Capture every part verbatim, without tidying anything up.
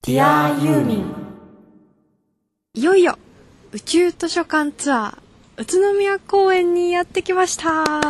ディアユーミン。いよいよ宇宙図書館ツアー宇都宮公園にやってきました。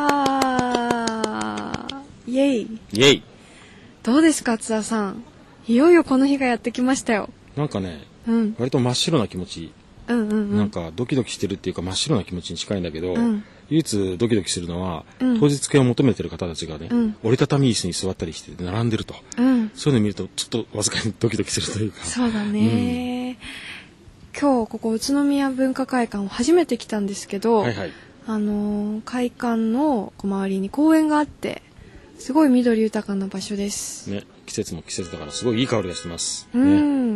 イエイイエイ。 どうですか津田さん、いよいよこの日がやってきましたよ。 なんかね、 うん、 割と真っ白な気持ち、 うんうんうん、 なんかドキドキしてるっていうか真っ白な気持ちに近いんだけど、 うん、 唯一ドキドキするのは、 うん、 当日券を求めてる方たちがね、うん、折りたたみ椅子に座ったりして並んでると、うん、そういうのを見るとちょっとわずかにドキドキするというか。 そうだね、うん、今日ここ宇都宮文化会館を初めて来たんですけど、はいはい、あのー、会館の周りに公園があってすごい緑豊かな場所です、ね、 季節も季節だからすごいいい香りがしてます、 うん、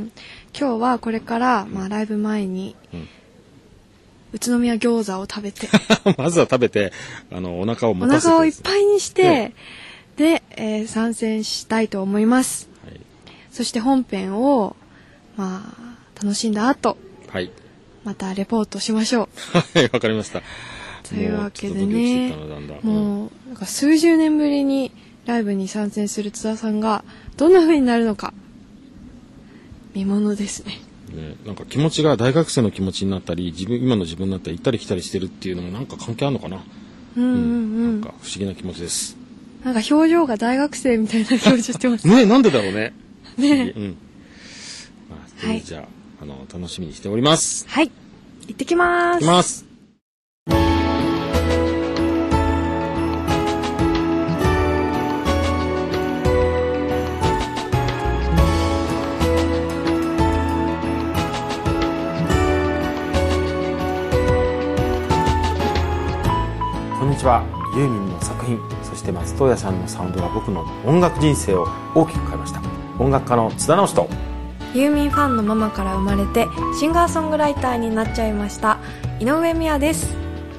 ね、今日はこれから、まあ、ライブ前に、うん、宇都宮餃子を食べてまずは食べてあのお腹を持たせて、お腹をいっぱいにして、ね、で、えー、参戦したいと思います、はい、そして本編を、まあ、楽しんだ後、はい、またレポートしましょう。 はい、わかりました。 というわけでね、もうなんか数十年ぶりにライブに参戦する津田さんがどんな風になるのか見ものですね。 ね、なんか気持ちが大学生の気持ちになったり、自分今の自分になったり行ったり来たりしてるっていうのもなんか関係あるのかな。 うんうんうん。 なんか不思議な気持ちです。 なんか表情が大学生みたいな表情してますね。なんでだろうね。 ね。 うん。まあ、はい、じゃあ、あの楽しみにしております。 はい。行ってきます。 行ってきます。こんにちは。ユーミンの作品、そして松任谷さんのサウンドが僕の音楽人生を大きく変えました。音楽家の津田直人とユーミンファンのママから生まれてシンガーソングライターになっちゃいました井上美也です。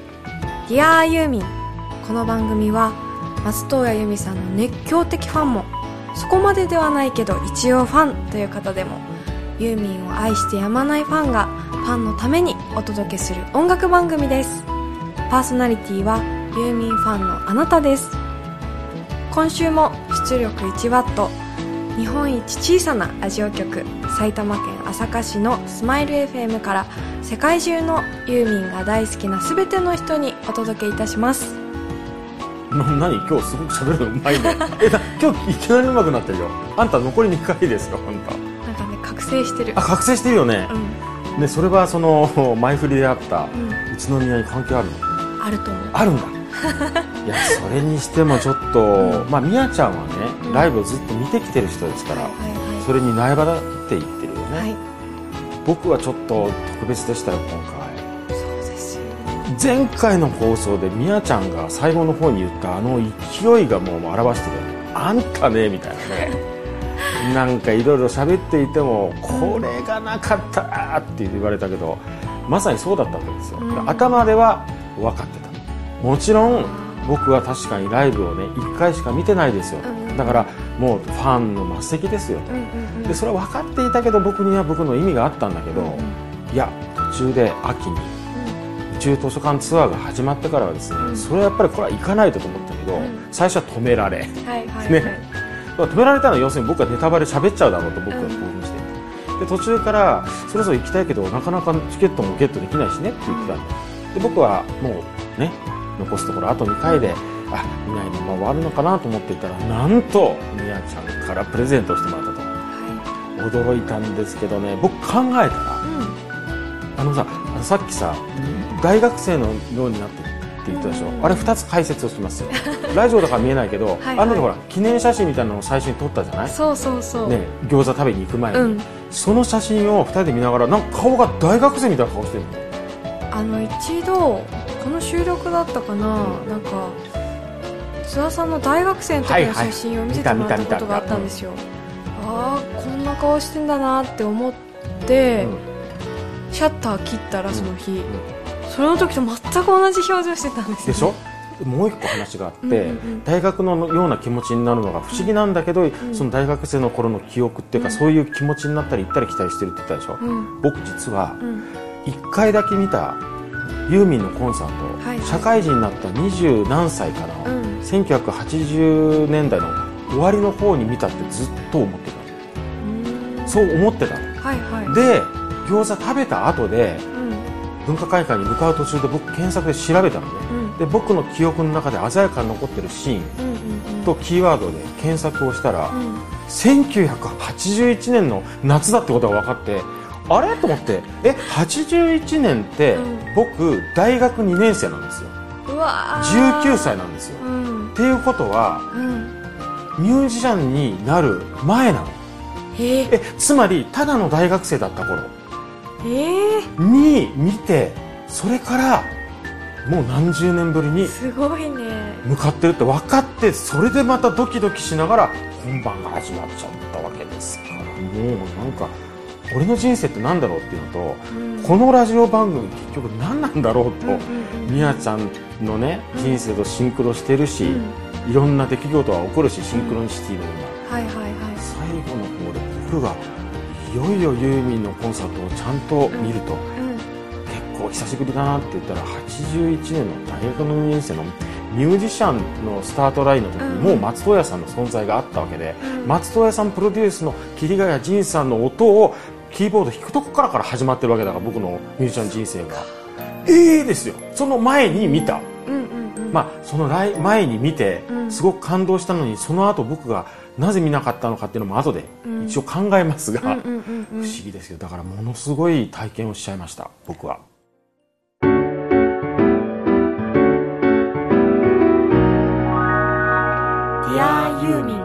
Dear ユーミン、この番組は松任谷由実さんの熱狂的ファンもそこまでではないけど一応ファンという方でもユーミンを愛してやまないファンがファンのためにお届けする音楽番組です。パーソナリティはユーミンファンのあなたです。今週も出力いちワット、日本一小さなラジオ局、埼玉県朝霞市のスマイル エフエム から世界中のユーミンが大好きなすべての人にお届けいたします。 な何今日すごく喋るのうまいねえな今日いきなりうまくなってるよ。あんた残りにかいですよ。あんたなんかね覚醒してる。 あ、覚醒してるよね、うん、ね、それはその前振りであった、うん、宇都宮に関係あるの？ あると思う。 あるんだいや、それにしてもちょっと、うん、まあみやちゃんはね、うん、ライブをずっと見てきてる人ですから、はいはいはい、それに苗場だって言ってるよね、はい、僕はちょっと特別でしたよ今回。そうですよ。 前回の放送でみやちゃんが最後の方に言ったあの勢いがもう表してるよね。あんたねみたいなねなんかいろいろ喋っていてもこれがなかったらって言われたけど、まさにそうだったわけですよ、うん、頭では分かってた。もちろん僕は確かにライブをねいっかいしか見てないですよ、うん、だからもうファンの末席ですよと、うんうんうん、でそれは分かっていたけど僕には僕の意味があったんだけど、うんうん、いや途中で秋に宇宙図書館ツアーが始まってからはですね、うん、それはやっぱりこれは行かないとと思ったけど、うん、最初は止められ、はいはいはい、ね、止められたのは要するに僕はネタバレ喋っちゃうだろうと僕は興奮して、うん、で途中からそれぞれ行きたいけどなかなかチケットもゲットできないしねって言ってたんで、で僕はもうね残すところあとにかいで、あ、見ないまま終わるのかなと思っていたら、なんとみやちゃんからプレゼントをしてもらったと、はい、驚いたんですけどね、僕考えたら、うん、あのさあのさっきさ、うん、大学生のようになってるって言ったでしょ、うん、あれふたつ解説をしますよラジオだから見えないけどはい、はい、あの時ほら記念写真みたいなのを最初に撮ったじゃない。 そうそうそう、 ね、餃子食べに行く前に、うん、その写真をふたりで見ながらなんか顔が大学生みたいな顔してるの。 あの一度この収録だったかな、うん、なんか津田さんの大学生の時の写真を見せてもらったことがあったんですよ、はいはい、ああこんな顔してんだなって思って、うん、シャッター切ったらその日、うんうん、それの時と全く同じ表情してたんですよ、ね、 でしょ。もう一個話があって、うんうんうん、大学のような気持ちになるのが不思議なんだけど、うん、その大学生の頃の記憶っていうか、うん、そういう気持ちになったり行ったり来たりしてるって言ったでしょ、うん、僕実は、うんいっかいだけ見たユーミンのコンサート、はいはい、社会人になったにじゅうなんさいから、うん、せんきゅうひゃくはちじゅうねんだいの終わりの方に見たってずっと思ってた。 そう思ってたの、 はいはい、 で餃子食べた後で、 うん、 文化会館に向かう途中で僕検索で調べたのね、うん、で僕の記憶の中で鮮やかに残ってるシーンとキーワードで検索をしたら、うん、せんきゅうひゃくはちじゅういちねんの夏だってことが分かって、あれと思って、えはちじゅういちねんって、うん、僕大学にねん生なんですよ。 うわじゅうきゅうさいなんですよ、うん、っていうことは、うん、ミュージシャンになる前なの。 ええつまりただの大学生だった頃えに見て、それからもう何十年ぶりにすごいね向かってるって分かって、それでまたドキドキしながら本番が始まっちゃったわけですから、もうなんか俺の人生って何だろうっていうのと、うん、このラジオ番組結局何なんだろうと、みやちゃんのね人生とシンクロしてるし、うん、いろんな出来事は起こるし、シンクロニシティのような、 はいはいはい、 最後の方で僕がいよいよユーミンのコンサートをちゃんと見ると、うんうん、結構久しぶりだなって言ったら、はちじゅういちねんの大学のにねん生のミュージシャンのスタートラインの時にもう松任谷さんの存在があったわけで、うん、松任谷さんプロデュースの桐ヶ谷仁さんの音をキーボード弾くとこからから始まってるわけだから、僕のミュージシャン人生がええー、ですよ。その前に見た、うんうんうん、まあその前に見てすごく感動したのに、その後僕がなぜ見なかったのかっていうのも後で一応考えますが、不思議ですよ。だからものすごい体験をしちゃいました僕は。 ディアユーミン、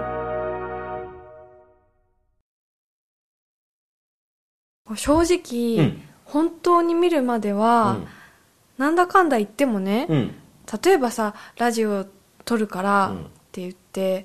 正直、うん、本当に見るまでは、うん、なんだかんだ言ってもね、うん、例えばさラジオ撮るからって言って、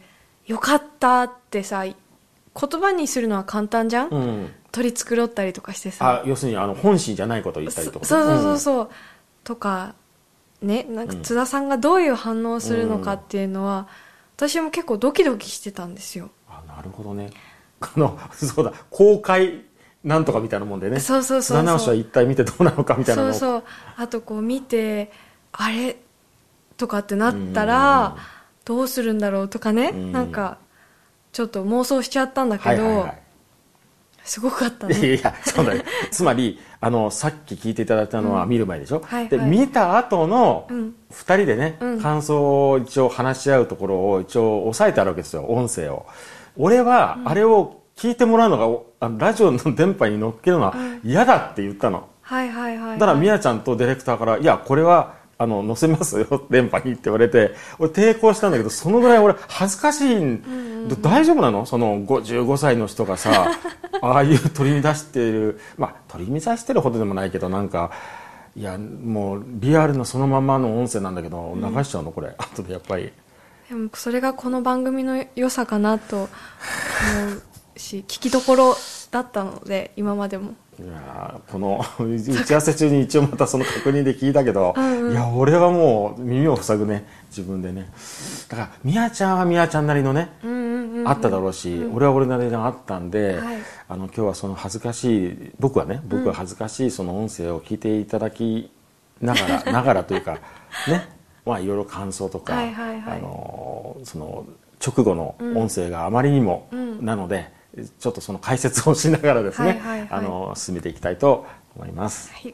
よかったってさ言葉にするのは簡単じゃん、うん、取り繕ったりとかしてさ、 あ要するにあの本心じゃないことを言ったりとか、 そうそうそうそう、うん、とかね、なんか津田さんがどういう反応をするのかっていうのは、うん、私も結構ドキドキしてたんですよ。 あ、なるほどね。このそうだ、公開なんとかみたいなもんでね、 そうそうそうそう、 七直しは一体見てどうなのかみたいなのを、 そうそう、あとこう見てあれとかってなったらどうするんだろうとかね、んなんかちょっと妄想しちゃったんだけど、はいはいはい、すごかったね。 いやいやそうだねつまりあのさっき聞いていただいたのは見る前でしょ、うんはいはい、で見た後のふたりでね、うん、感想を一応話し合うところを一応押さえてあるわけですよ、音声を。俺はあれを聞いてもらうのが、あのラジオの電波に乗っけるのは嫌だって言ったの、 はいはいはいはい、 だからみやちゃんとディレクターから、いやこれはあの載せますよ電波にって言われて、俺抵抗したんだけど、そのぐらい俺恥ずかしい、うんうんうん、大丈夫なの、そのごじゅうごさいの人がさああいう取り乱している、まあ取り乱してるほどでもないけど、なんかいやもうリアルなそのままの音声なんだけど流しちゃうのこれ、うん、後でやっぱり。 でもそれがこの番組の良さかなと思うし、聞きどころだったので今までも。 いやこの打ち合わせ中に一応またその確認で聞いたけど、うんうん、いや俺はもう耳を塞ぐね自分でね。だからみやちゃんはみやちゃんなりのね、うんうんうん、あっただろうし、うん、俺は俺なりのあったんで、はい、あの今日はその恥ずかしい僕はね僕は恥ずかしいその音声を聞いていただきながらながらというかね、まあいろいろ感想とか、はいはいはい、あのその直後の音声があまりにも、うん、なのでちょっとその解説をしながらですね、はいはいはい、あの進めていきたいと思います。はい。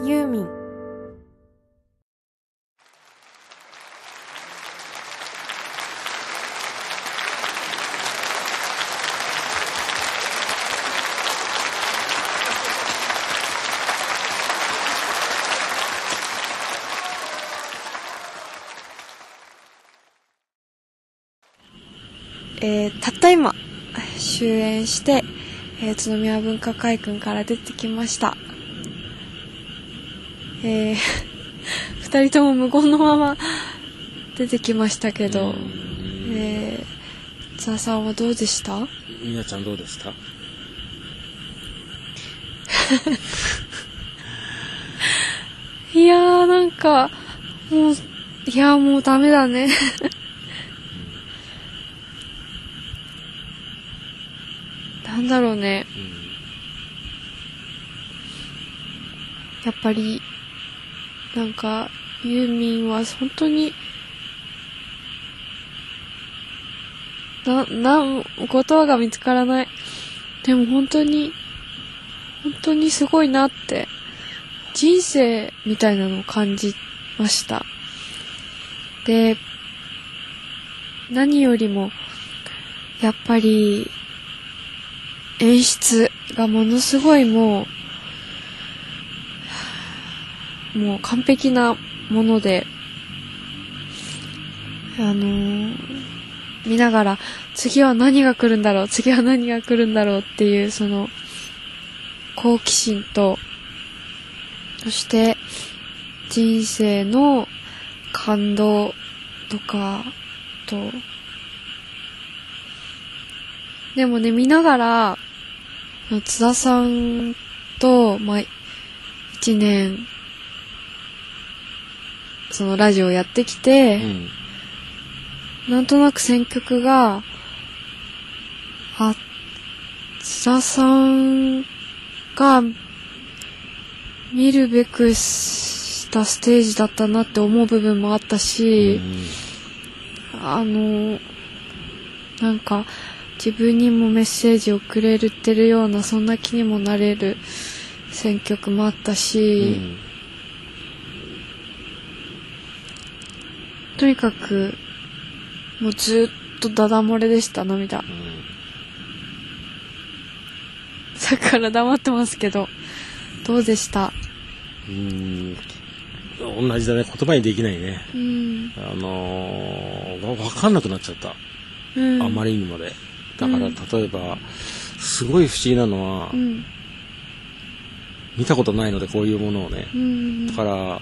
ーユーミン。えー、たった今終演して、えー、宇都宮文化会館から出てきました。えー、二人とも無言のまま出てきましたけど、えー、津田さんはどうでした？ みなちゃんどうでした？ いやーなんかもういやーもうダメだね。なんだろうね、うん、やっぱりなんかユーミンは本当にな、な、言葉が見つからない。でも本当に本当にすごいなって人生みたいなのを感じました。で、何よりもやっぱり演出がものすごいもうもう完璧なもので、あのー、見ながら次は何が来るんだろう次は何が来るんだろうっていうその好奇心と、そして人生の感動とかと、でもね見ながら津田さんとまあ一年そのラジオやってきて、うん、なんとなく選曲があ津田さんが見るべくしたステージだったなって思う部分もあったし、うん、あのなんか自分にもメッセージをくれてるようなそんな気にもなれる選曲もあったし、うん、とにかくもうずっとダダ漏れでした涙、うん、さっきから黙ってますけどどうでした？ うーん同じだね、言葉にできないね、 うん、 あのー、分かんなくなっちゃった、うん、あまりにもでだから例えば、うん、すごい不思議なのは、うん、見たことないのでこういうものをね、うん、だから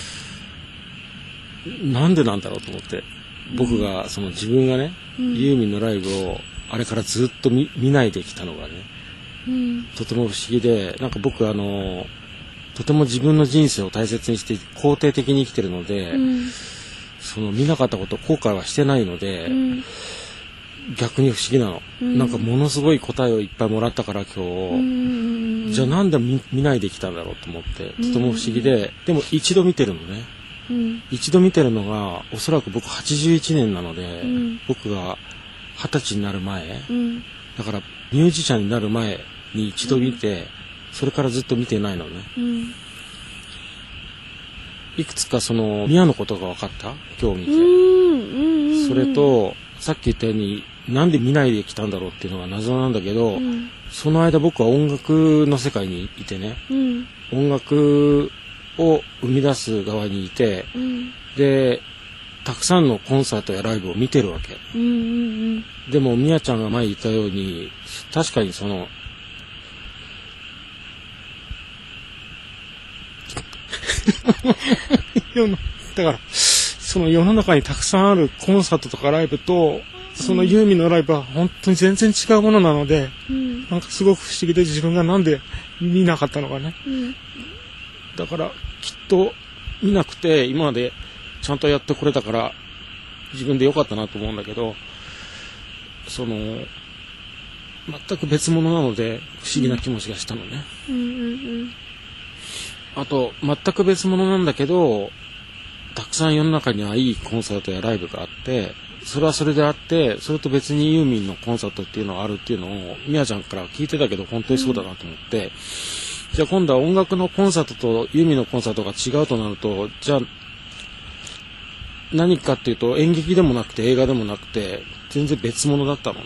なんでなんだろうと思って、うん、僕がその自分がね、うん、ユーミンのライブをあれからずっと 見, 見ないできたのがね、うん、とても不思議で、なんか僕あのとても自分の人生を大切にして肯定的に生きてるので、うん、その見なかったこと後悔はしてないので、うん、逆に不思議なの、うん、なんかものすごい答えをいっぱいもらったから今日、うん、じゃあなんで 見, 見ないできたんだろうと思ってとても不思議で、でも一度見てるのね、うん、一度見てるのがおそらく僕はちじゅういちねんなので、うん、僕がはたちになる前、うん、だからミュージシャンになる前に一度見て、うん、それからずっと見てないのね、うん、いくつかその宮のことが分かった今日見て、うんうんうん、それとさっき言ったようになんで見ないで来たんだろうっていうのが謎なんだけど、うん、その間僕は音楽の世界にいてね、うん、音楽を生み出す側にいて、うん、でたくさんのコンサートやライブを見てるわけ、うんうんうん、でもみやちゃんが前言ったように確かにそのだからその世の中にたくさんあるコンサートとかライブとそのユーミンのライブは本当に全然違うものなので、うん、なんかすごく不思議で自分がなんで見なかったのかね、うん、だからきっと見なくて今までちゃんとやってこれたから自分で良かったなと思うんだけど、その全く別物なので不思議な気持ちがしたのね、うんうんうんうん、あと全く別物なんだけどたくさん世の中にはいいコンサートやライブがあってそれはそれであってそれと別にユーミンのコンサートっていうのがあるっていうのをみやちゃんから聞いてたけど本当にそうだなと思って、 じゃあ今度は音楽のコンサートとユーミンのコンサートが違うとなると、じゃあ何かっていうと演劇でもなくて映画でもなくて全然別物だったのね。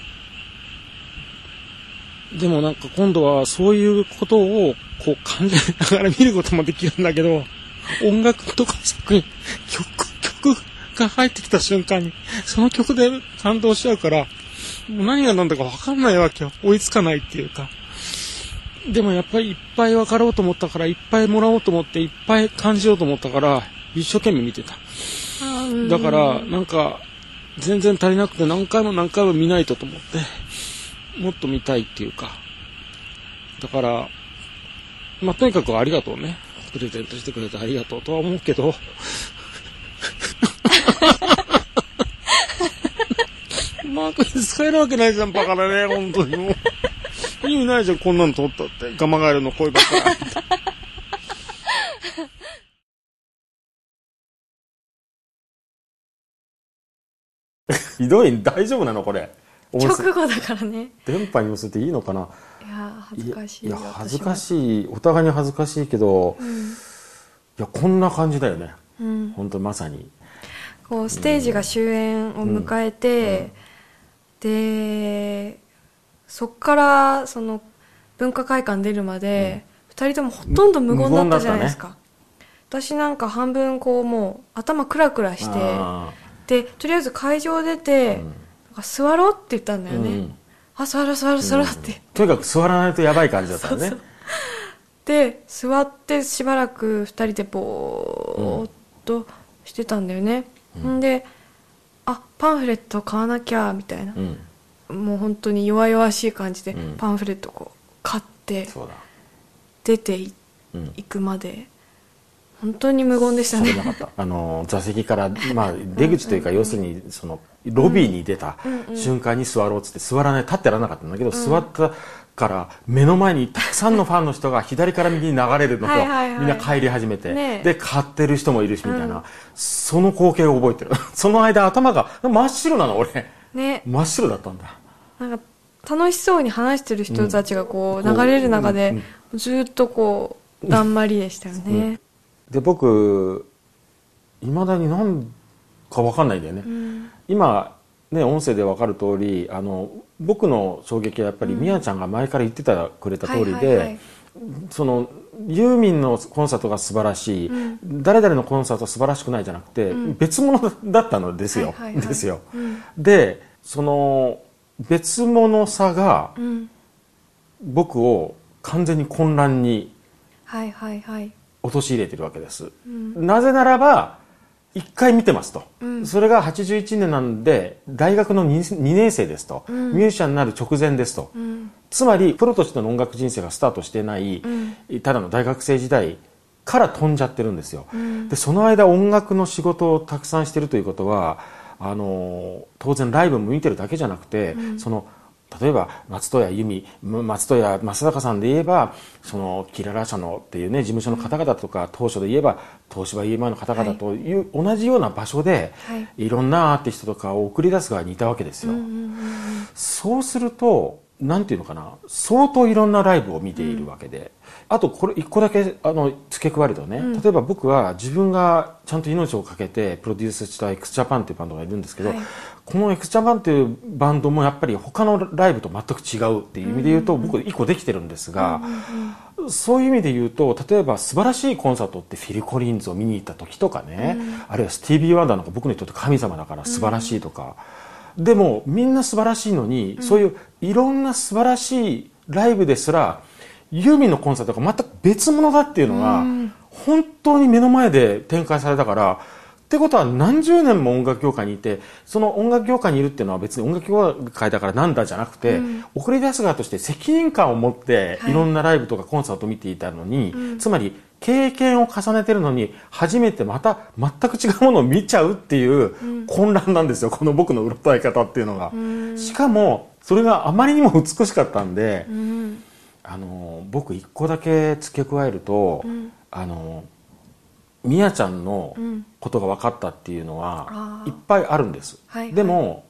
でもなんか今度はそういうことをこう考えながら見ることもできるんだけど、音楽とか作品、曲、曲が入ってきた瞬間にその曲で感動しちゃうから、もう何が何だか分かんないわけよ。追いつかないっていうか。でもやっぱりいっぱい分かろうと思ったから、いっぱいもらおうと思って、いっぱい感じようと思ったから、一生懸命見てた。だからなんか全然足りなくて、何回も何回も見ないとと思って、もっと見たいっていうか。だからまあとにかくありがとうね。プレゼントしてくれてありがとうとは思うけど。マークに使えるわけないじゃん、バカだね、本当にもう。意味ないじゃん、こんなの撮ったって。ガマガエルの声ばっかり。ひどい、大丈夫なのこれ。 直後だからね。 電波に乗せていいのかな。 いや恥ずかしい。 いや恥ずかしい、お互いに恥ずかしいけど、うん、いやこんな感じだよね。うん、本当まさに。 こうステージが終演を迎えて、うんうん、でそっからその文化会館出るまで、うん、ふたりともほとんど無言だったじゃないですか。ね、私なんか半分こうもう頭クラクラして、でとりあえず会場出て、うん、なんか座ろうって言ったんだよね。うん、あ座ろう座ろう座ろうって、うん、 とにかく座らないとやばい感じだったよね。そうそうで座ってしばらくふたりでぼーっとしてたんだよね。うん、であパンフレット買わなきゃみたいな、うん、もう本当に弱々しい感じでパンフレットこう買って出て い,、うん、くまで本当に無言でしたね。 なかったあの座席から、まあ、出口というか要するにそのロビーに出た瞬間に座ろうっつって座らない、立ってらなかったんだけど、うん、座ったから目の前にたくさんのファンの人が左から右に流れるのとみんな帰り始めて、ね、で買ってる人もいるしみたいな、うん、その光景を覚えてる。その間頭が真っ白なの俺、ね、真っ白だったんだ。 なんか楽しそうに話してる人たちがこう流れる中でずっとこうだんまりでしたよね。うんうん、 で僕いまだに何か分かんないんだよね。うん、今ね、音声で分かる通り、あの僕の衝撃はやっぱりみやちゃんが前から言ってたくれた通りで、そのユーミンのコンサートが素晴らしい、うん、誰々のコンサートは素晴らしくないじゃなくて、うん、別物だったのですよ。ですよ。うん、でその別物さが、うん、僕を完全に混乱に陥れてるわけです。うん、なぜならば一回見てますと、うん、それがはちじゅういちねんなんで大学の に, にねん生ですと、うん、ミュージシャンになる直前ですと、うん、つまりプロとしての音楽人生がスタートしてない、うん、ただの大学生時代から飛んじゃってるんですよ。うん、でその間音楽の仕事をたくさんしてるということはあの当然ライブも見てるだけじゃなくて、うん、その例えば松任谷由実、松任谷正隆さんで言えばそのキララ社のっていうね事務所の方々とか、うん、当初で言えば東芝 イーエムアイ の方々という、はい、同じような場所で、はい、いろんなアーティストとかを送り出す側にいたわけですよ。うんうんうん、そうするとなんていうのかな、相当いろんなライブを見ているわけで、うん、あとこれ一個だけあの付け加えるとね、うん、例えば僕は自分がちゃんと命をかけてプロデュースした x ジャパンっていうバンドがいるんですけど、はい、この x ジャパンっていうバンドもやっぱり他のライブと全く違うっていう意味で言うと、うんうんうん、僕一個できてるんですが、うんうんうん、そういう意味で言うと例えば素晴らしいコンサートってフィル・コリンズを見に行った時とかね、うん、あるいはスティービー・ワンダーなんか僕にとって神様だから素晴らしいとか、うん、でもみんな素晴らしいのに、うん、そういういろんな素晴らしいライブですらユーミンのコンサートが全く別物だっていうのが本当に目の前で展開されたから、ってことは何十年も音楽業界にいて、その音楽業界にいるっていうのは別に音楽業界だからなんだじゃなくて、うん、送り出す側として責任感を持っていろんなライブとかコンサートを見ていたのに、はい、つまり経験を重ねてるのに初めてまた全く違うものを見ちゃうっていう混乱なんですよ、この僕のうろたえ方っていうのが。うん、しかもそれがあまりにも美しかったんで、うん、あの僕一個だけ付け加えると、うん、あのみやちゃんのことが分かったっていうのは、うん、いっぱいあるんです、はいはい、でも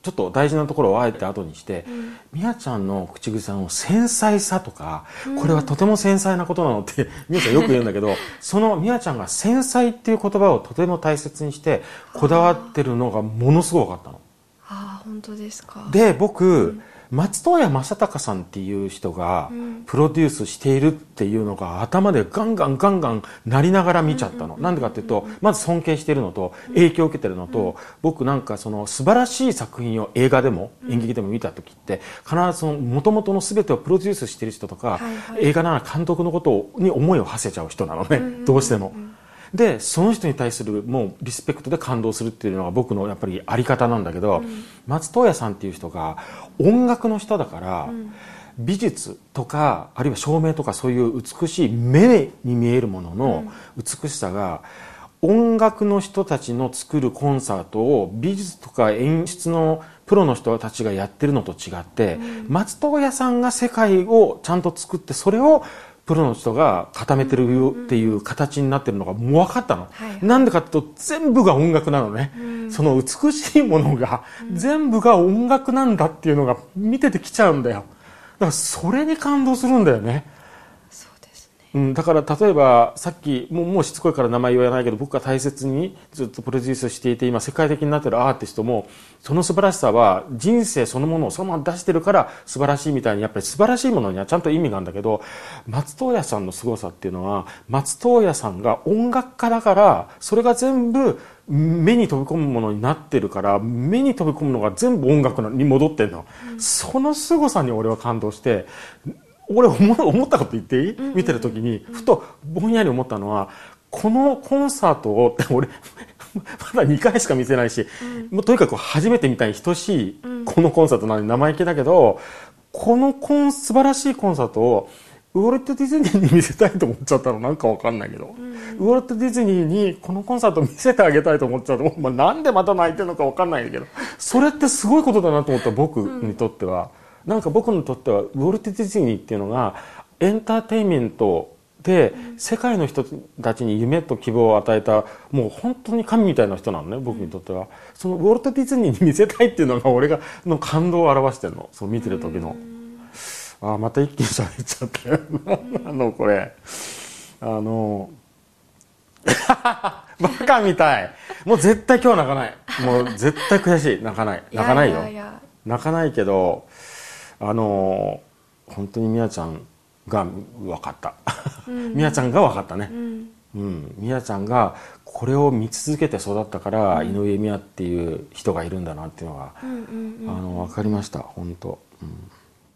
ちょっと大事なところをあえて後にして、みや、うん、ちゃんの口癖の繊細さとか、うん、これはとても繊細なことなのってみやちゃんよく言うんだけどそのみやちゃんが繊細っていう言葉をとても大切にしてこだわってるのがものすごく分かったの。 ああ、本当ですか。 で僕、うん松任谷正隆さんっていう人がプロデュースしているっていうのが頭でガンガンガンガンなりながら見ちゃったの。なんでかっていうとまず尊敬しているのと影響を受けてるのと僕なんかその素晴らしい作品を映画でも演劇でも見た時って必ずその元々の全てをプロデュースしている人とか映画なら監督のことに思いを馳せちゃう人なのねどうしても。でその人に対するもうリスペクトで感動するっていうのが僕のやっぱりあり方なんだけど、うん、松任谷さんっていう人が音楽の人だから、うん、美術とかあるいは照明とかそういう美しい目に見えるものの美しさが、うん、音楽の人たちの作るコンサートを美術とか演出のプロの人たちがやってるのと違って、うん、松任谷さんが世界をちゃんと作ってそれをプロの人が固めてるっていう形になってるのがもう分かったの、はいはい、なんでかっていうと全部が音楽なのね、うん、その美しいものが全部が音楽なんだっていうのが見ててきちゃうんだよ。だからそれに感動するんだよね。 そうですね、 うん、だから例えばさっきもう、もうしつこいから名前言わないけど僕が大切にずっとプロデュースしていて今世界的になってるアーティストもその素晴らしさは人生そのものをそのまま出してるから素晴らしいみたいにやっぱり素晴らしいものにはちゃんと意味があるんだけど松任谷さんの凄さっていうのは松任谷さんが音楽家だからそれが全部目に飛び込むものになってるから目に飛び込むのが全部音楽に戻ってるの、うん、その凄さに俺は感動して俺思ったこと言っていい、うんうん、見てる時にふとぼんやり思ったのはこのコンサートを俺まだにかいしか見せないし、うん、もうとにかく初めて見たに等しいこのコンサートなのに生意気だけどこのコン素晴らしいコンサートをウォルト・ディズニーに見せたいと思っちゃったのなんかわかんないけど、うん、ウォルト・ディズニーにこのコンサート見せてあげたいと思っちゃうと、まあ、なんでまた泣いてるのかわかんないけどそれってすごいことだなと思った僕にとっては、うん、なんか僕にとってはウォルト・ディズニーっていうのがエンターテインメントで世界の人たちに夢と希望を与えたもう本当に神みたいな人なのね僕にとっては。そのウォルト・ディズニーに見せたいっていうのが俺がの感動を表してるのそう見てる時の。あまた一気に喋っちゃったよあのこれあのバカみたいもう絶対今日泣かないもう絶対悔しい泣かない泣かないよいやいや泣かないけどあの本当にみやちゃんが分かったみやちゃんが分かったね、うんうん、みやちゃんがこれを見続けて育ったから、うん、井上みやっていう人がいるんだなっていうのが、うんうんうん、あの分かりました本当、うん、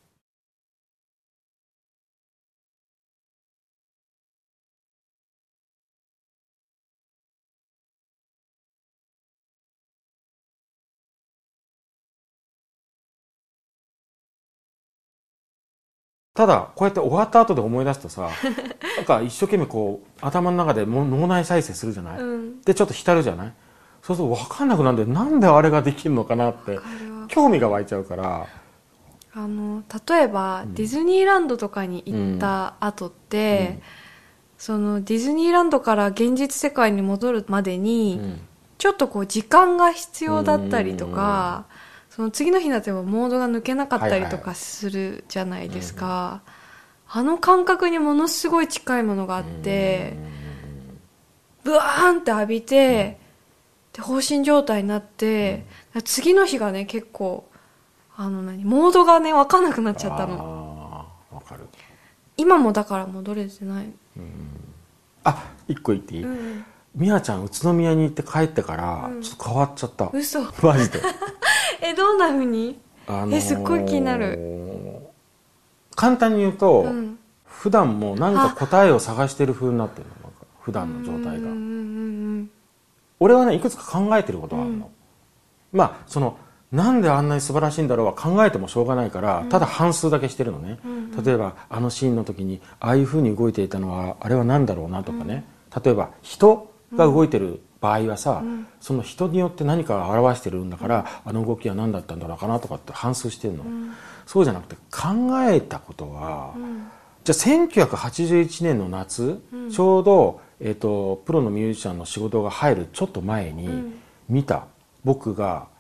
ただこうやって終わった後で思い出すとさなんか一生懸命こう頭の中でも脳内再生するじゃない、うん、でちょっと浸るじゃない、そうすると分かんなくなるんでなんであれができるのかなって興味が湧いちゃうから。 あの例えば、うん、ディズニーランドとかに行った後って、うん、そのディズニーランドから現実世界に戻るまでに、うん、ちょっとこう時間が必要だったりとか、うんその次の日になってもモードが抜けなかったりとかするじゃないですか、はいはい、あの感覚にものすごい近いものがあってブワーンって浴びてで放心状態になって次の日がね結構あの何モードがね分かんなくなっちゃったの。 あ分かる。 今もだから戻れてない。 うんあ一個言っていい、うんみやちゃん宇都宮に行って帰ってからちょっと変わっちゃった、うん、 嘘マジでえどんな風に、あのー、えすっごい気になる。 簡単に言うと、うん、普段も何か答えを探してる風になってるのなんか普段の状態が、うんうんうん、俺はねいくつか考えてることがあるの、うん、まあそのなんであんなに素晴らしいんだろうは考えてもしょうがないから、うん、ただ半数だけしてるのね、うんうん、例えばあのシーンの時にああいう風に動いていたのはあれは何だろうなとかね、うん、例えば人が動いてる場合はさ、うん、その人によって何かを表してるんだから、うん、あの動きは何だったんだろうかなとかって反芻してるの、うん、そうじゃなくて考えたことは、うん、じゃあせんきゅうひゃくはちじゅういちねんの夏、うん、ちょうど、えーと、プロのミュージシャンの仕事が入るちょっと前に見た、僕が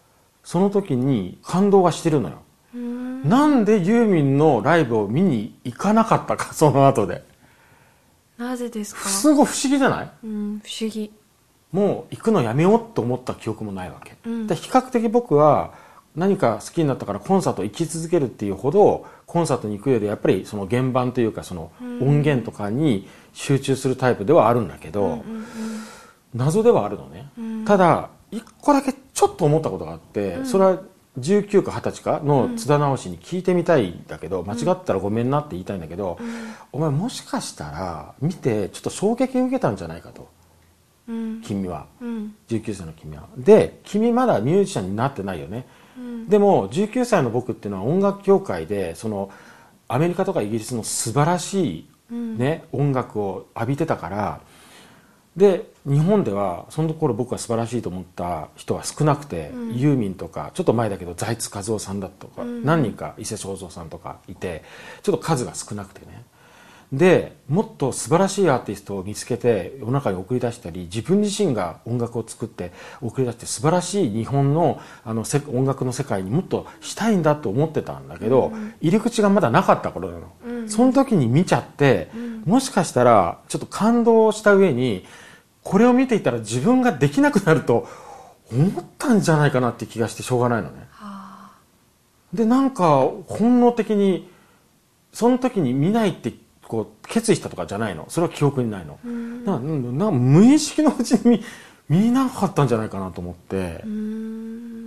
その時に感動がしてるのよ。 うん、 なんでユーミンのライブを見に行かなかったか、その後で。 なぜですか？ すごい不思議じゃない？ うん、不思議。 もう行くのやめようと思った記憶もないわけ、 うん、 で比較的僕は何か好きになったからコンサート行き続けるっていうほどコンサートに行くよりやっぱりその原版というかその音源とかに集中するタイプではあるんだけど、うんうんうん、謎ではあるのね、うん、ただ一個だけちょっと思ったことがあって、うん、それはじゅうきゅうかはたちかの津田直しに聞いてみたいんだけど、間違ったらごめんなって言いたいんだけど、うん、お前もしかしたら見てちょっと衝撃を受けたんじゃないかと、うん、君は、うん、じゅうきゅうさいの君は。で君まだミュージシャンになってないよね、うん、でもじゅうきゅうさいの僕っていうのは音楽業界でそのアメリカとかイギリスの素晴らしい、ね、うん、音楽を浴びてたから、で日本ではその頃僕が素晴らしいと思った人は少なくて、うん、ユーミンとかちょっと前だけど財津和夫さんだとか、うん、何人か伊勢正三さんとかいてちょっと数が少なくてね、でもっと素晴らしいアーティストを見つけて世の中に送り出したり自分自身が音楽を作って送り出して素晴らしい日本の、あの音楽の世界にもっとしたいんだと思ってたんだけど、うん、入り口がまだなかった頃なの、うん、その時に見ちゃって、うん、もしかしたらちょっと感動した上にこれを見ていたら自分ができなくなると思ったんじゃないかなって気がしてしょうがないのね、はあ、でなんか本能的にその時に見ないってこう決意したとかじゃないの、それは記憶にないの、うん、なな無意識のうちに 見, 見なかったんじゃないかなと思って、うん、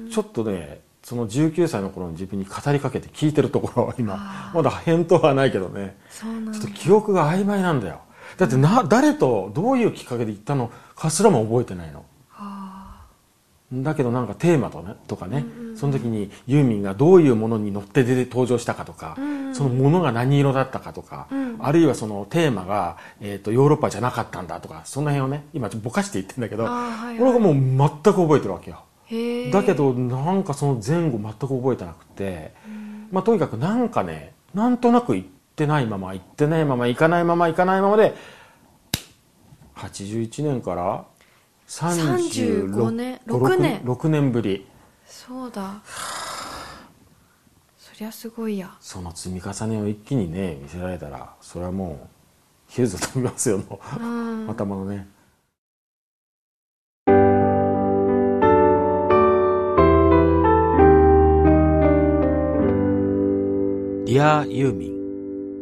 ちょっとねそのじゅうきゅうさいの頃の自分に語りかけて聞いてるところは今まだ返答はないけどね、そうなんだ、ちょっと記憶が曖昧なんだよ。だってな、うん、誰とどういうきっかけで行ったのかすらも覚えてないの、はあ、だけどなんかテーマと、ね、とかね、うんうん、その時にユーミンがどういうものに乗って出て登場したかとか、うんうん、そのものが何色だったかとか、うん、あるいはそのテーマが、えーと、ヨーロッパじゃなかったんだとか、その辺をね今ちょっとぼかして言ってるんだけど、はいはい、俺がもう全く覚えてるわけよ。へだけどなんかその前後全く覚えてなくて、うん、まあとにかくなんかねなんとなく行ってないまま行ってないまま行かないまま行かないままではちじゅういちねんからさんじゅうごねんろくねんろくねんぶり。 そうだ、そりゃすごいや。 その積み重ねを一気にね見せられたらそれはもうヒューズ飛びますよの、うん、頭のね。ディアユーミン。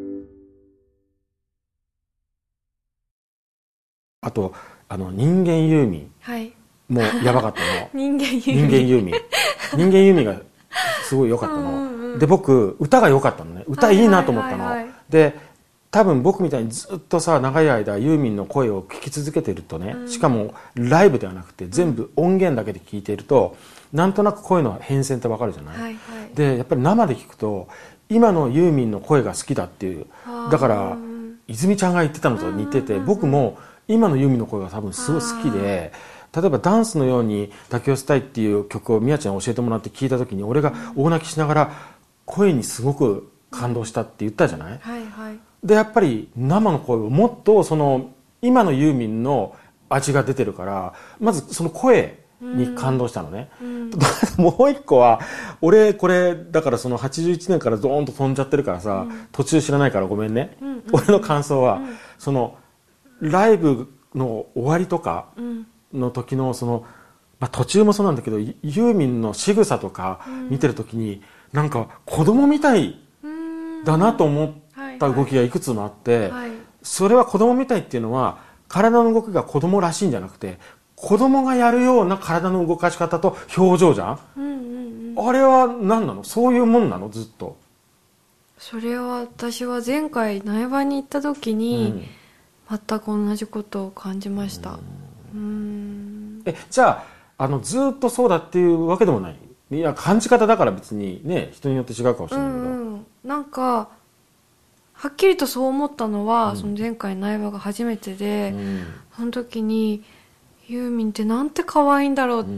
あとあの人間ユーミン、はい、もうやばかったの人間ユーミン人間ユーミン人間ユーミンがすごい良かったのうん、うん、で僕歌が良かったのね、歌いいなと思ったの、はいはいはいはい、で多分僕みたいにずっとさ長い間ユーミンの声を聞き続けてるとね、うん、しかもライブではなくて全部音源だけで聞いていると、うん、なんとなく声の変遷って分かるじゃない、はいはい、でやっぱり生で聞くと今のユーミンの声が好きだっていう、だから泉ちゃんが言ってたのと似てて、僕も今のユーミンの声が多分すごい好きで、例えばダンスのように抱き寄せたいっていう曲をみやちゃんに教えてもらって聞いた時に俺が大泣きしながら声にすごく感動したって言ったじゃない、はいはい、でやっぱり生の声をもっとその今のユーミンの味が出てるからまずその声に感動したのね、うん、もう一個は俺これだからそのはちじゅういちねんからドーンと飛んじゃってるからさ、うん、途中知らないからごめんね、うんうん、俺の感想は、うん、そのライブの終わりとかの時のその、まあ、途中もそうなんだけどユーミンの仕草とか見てる時に、うん、なんか子供みたいだなと思った動きがいくつもあって、はいはい、それは子供みたいっていうのは体の動きが子供らしいんじゃなくて子供がやるような体の動かし方と表情じゃん、うんうんうん、あれは何なの？そういうもんなの？ずっとそれは私は前回苗場に行った時に、うん、全く同じことを感じました。うーんえじゃあ、あのずっとそうだっていうわけでもない？いや感じ方だから別にね人によって違うかもしれないけど、うんうん、 なんかはっきりとそう思ったのは、うん、その前回苗場が初めてで、うん、その時にユーミンってなんて可愛いんだろうって、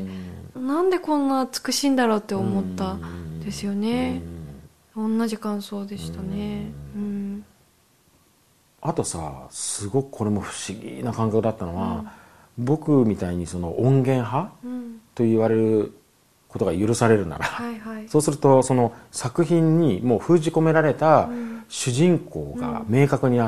うん、なんでこんな美しいんだろうって思ったんですよね、うん、同じ感想でしたね、うんうん、 あとさすごくこれも不思議な感覚だったのは、うん、僕みたいにその音源派、うん、と言われることが許されるなら、 はいはい、 そうするとその作品にもう封じ込められた主人公が明確にあって、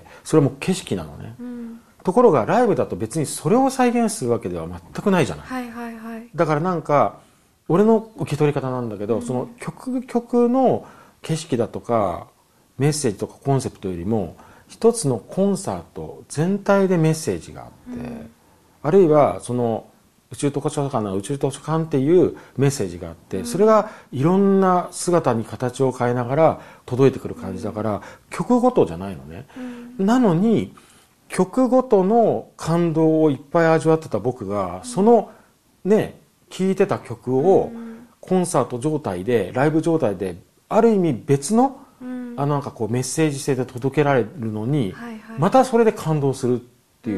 それも景色なのね、うん、ところがライブだと別にそれを再現するわけでは全くないじゃない、 はいはいはい、だからなんか俺の受け取り方なんだけど、うん、その曲曲の景色だとかメッセージとかコンセプトよりも一つのコンサート全体でメッセージがあって、うん、あるいはその宇宙図書館の宇宙図書館っていうメッセージがあって、それがいろんな姿に形を変えながら届いてくる感じだから、曲ごとじゃないのね、うん、なのに曲ごとの感動をいっぱい味わってた僕が、そのね聴いてた曲をコンサート状態でライブ状態である意味別の、うん、あのなんかこうメッセージ性で届けられるのに、はいはい、またそれで感動するっていう、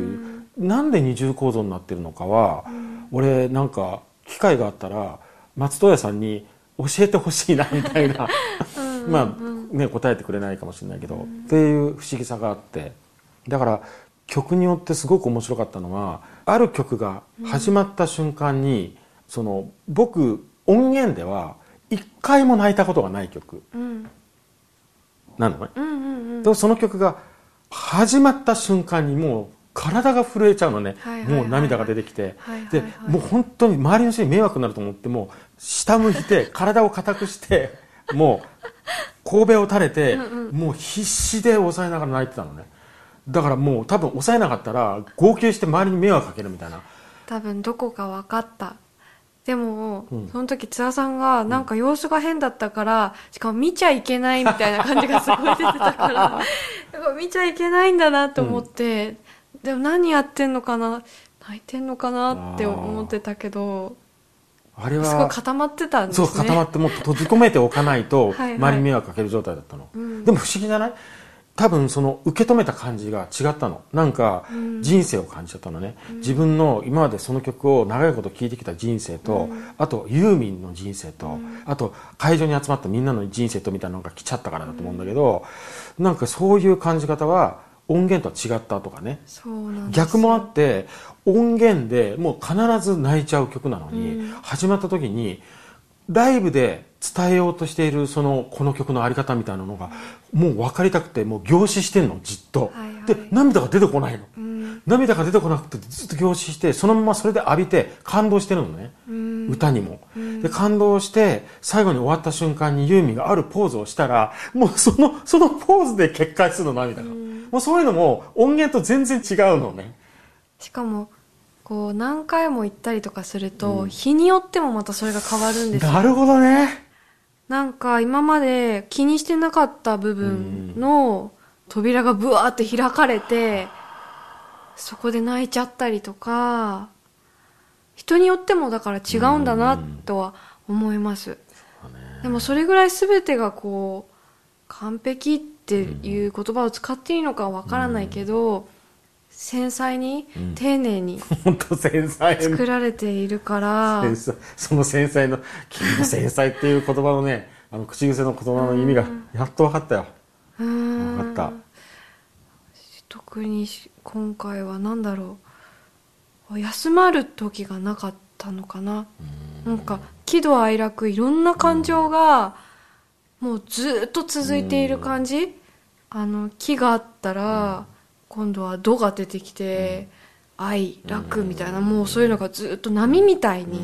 うん、なんで二重構造になってるのかは、うん、俺なんか機会があったら松任谷さんに教えてほしいなみたいなまあね答えてくれないかもしれないけど、うん、っていう不思議さがあって、だから曲によってすごく面白かったのは、ある曲が始まった瞬間に、うん、その僕音源では一回も泣いたことがない曲、うん、なのね、うんうんうん、でもその曲が始まった瞬間にもう体が震えちゃうのね、はいはいはいはい、もう涙が出てきて、はいはいはい、でもう本当に周りの人に迷惑になると思っても下向いて体を硬くしてもう神戸を垂れて、うんうん、もう必死で抑えながら泣いてたのね。だからもう多分抑えなかったら号泣して周りに迷惑かけるみたいな。 多分どこか分かった。でも、うん、その時津田さんがなんか様子が変だったから、うん、しかも見ちゃいけないみたいな感じがすごい出てたから見ちゃいけないんだなと思って、うん、でも何やってんのかな、泣いてんのかなって思ってたけど、あれはすごい固まってたんですね。 そう固まってもっと閉じ込めておかないと周りに迷惑かける状態だったの、はいはい、でも不思議じゃない？多分その受け止めた感じが違ったの。なんか人生を感じちゃったのね、うん、自分の今までその曲を長いこと聴いてきた人生と、うん、あとユーミンの人生と、うん、あと会場に集まったみんなの人生とみたいなのが来ちゃったからだと思うんだけど、うん、なんかそういう感じ方は音源とは違ったとかね。 そうなんです。 逆もあって、音源でもう必ず泣いちゃう曲なのに、うん、始まった時にライブで伝えようとしているそのこの曲のあり方みたいなのがもう分かりたくて、もう凝視してんのじっと、はいはい、で涙が出てこないの、うん、涙が出てこなくてずっと凝視して、そのままそれで浴びて感動してるのね、うん、歌にも、うん、で感動して最後に終わった瞬間にユーミンがあるポーズをしたら、もうそのそのポーズで決壊するの涙が、うん、もうそういうのも音源と全然違うのね。 しかもこう何回も行ったりとかすると、うん、日によってもまたそれが変わるんですよ。 なるほどね。 なんか今まで気にしてなかった部分の扉がブワーって開かれて、そこで泣いちゃったりとか、人によってもだから違うんだなとは思います。でもそれぐらい全てがこう完璧っていう言葉を使っていいのかわからないけど、繊細に、うん、丁寧に作られているから、 その繊細の君の繊細っていう言葉のね、あの口癖の言葉の意味がやっと分かったよ。分かった。 特に今回は何だろう、休まる時がなかったのかな。なんか喜怒哀楽いろんな感情がもうずっと続いている感じ。あの喜があったら今度は怒が出てきて、うん、愛、楽みたいな、もうそういうのがずっと波みたいに、うん、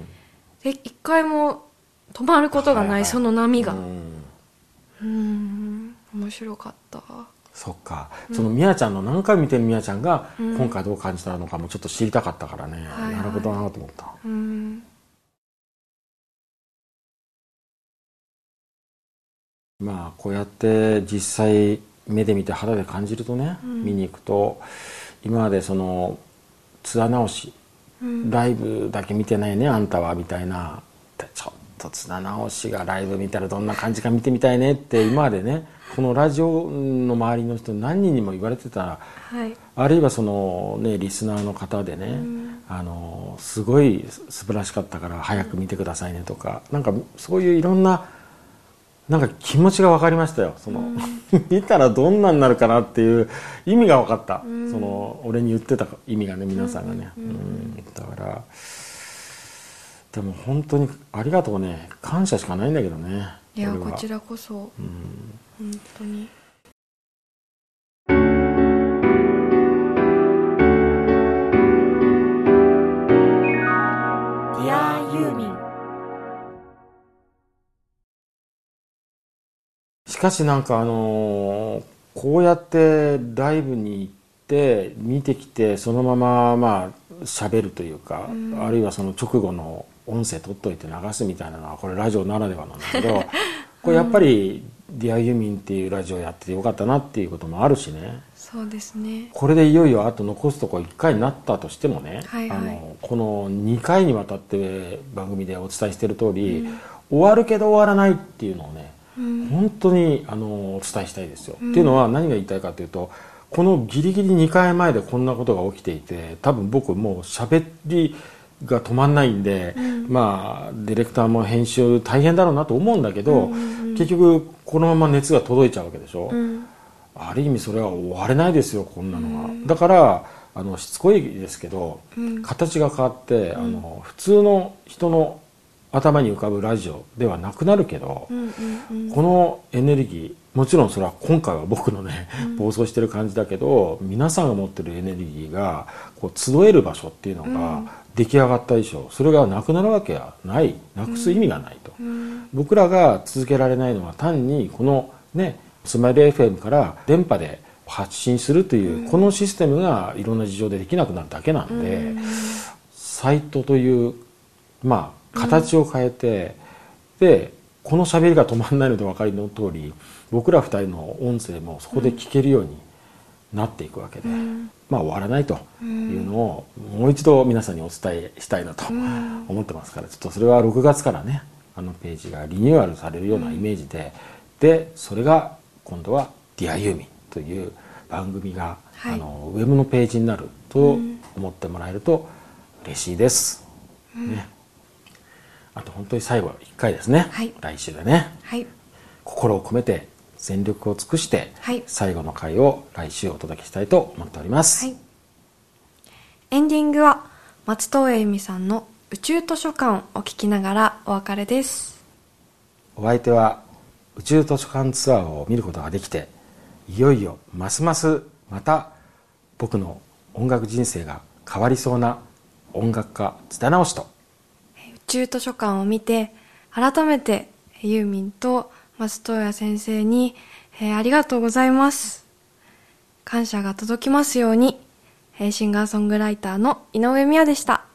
で一回も止まることがない、はいはい、その波が、うん、うーん面白かった。 そっか、うん、そのみやちゃんの何回見てるみやちゃんが今回どう感じたのかもちょっと知りたかったからね、うん、なるほどなと思った、はいはい、うん、まあこうやって実際目で見て肌で感じるとね、うん、見に行くと今までそのツアー直し、うん、ライブだけ見てないねあんたはみたいな、ちょっとツアー直しがライブ見たらどんな感じか見てみたいねって今までねこのラジオの周りの人何人にも言われてた、はい、あるいはそのねリスナーの方でね、うん、あのすごい素晴らしかったから早く見てくださいねとか、うん、なんかそういういろんななんか気持ちが分かりましたよ。その、うん、見たらどんなになるかなっていう意味が分かった、うん、その俺に言ってた意味がね皆さんがね、うんうん、だからでも本当にありがとうね、感謝しかないんだけどね。 いやこちらこそ、うん、本当に。ディアユーミン。 しかしなんかあのー、こうやってライブに行って見てきてそのまままあ喋るというか、うん、あるいはその直後の音声取っといて流すみたいなのはこれラジオならではなんだけどこれやっぱり「ディアユーミン」っていうラジオやっててよかったなっていうこともあるしね。 そうですね。 これでいよいよあと残すとこいっかいになったとしてもね、 はいはい、 あのこのにかいにわたって番組でお伝えしている通り、うん、終わるけど終わらないっていうのをね、うん、本当にあのお伝えしたいですよ、うん、っていうのは何が言いたいかというと、このギリギリにかいまえでこんなことが起きていて、多分僕もう喋りが止まんないんで、うん、まあディレクターも編集大変だろうなと思うんだけど、うんうんうん、結局このまま熱が届いちゃうわけでしょ、うん、ある意味それは終われないですよこんなのは、うん、だからあのしつこいですけど、うん、形が変わって、うん、あの普通の人の頭に浮かぶラジオではなくなるけど、うんうんうん、このエネルギー、もちろんそれは今回は僕のね、うん、暴走してる感じだけど、皆さんが持ってるエネルギーがこう集える場所っていうのが出来上がった以上、それがなくなるわけはない、なくす意味がないと、うんうん、僕らが続けられないのは単にこのねスマイル エフエム から電波で発信するという、うん、このシステムがいろんな事情でできなくなるだけなんで、うん、サイトというまあ形を変えて、うん、でこの喋りが止まらないのでお分かりの通り、僕らふたりの音声もそこで聞けるようになっていくわけで、うん、まあ終わらないというのをもう一度皆さんにお伝えしたいなと思ってますから、ちょっとそれはろくがつからねあのページがリニューアルされるようなイメージで、うん、でそれが今度は「ディアユーミン」という番組が、はい、あのウェブのページになると思ってもらえると嬉しいです、うん、ね。あと本当に最後いっかいですね、はい、来週でね、はい、心を込めて全力を尽くして最後の回を来週お届けしたいと思っております、はい、 エンディングは松任谷由実さんの宇宙図書館を聞きながらお別れです。 お相手は宇宙図書館ツアーを見ることができて、いよいよますますまた僕の音楽人生が変わりそうな音楽家津田直しと、 宇宙図書館を見て改めてユーミンと松任谷先生に、えー、ありがとうございます、感謝が届きますように、えー、シンガーソングライターの井上美也でした。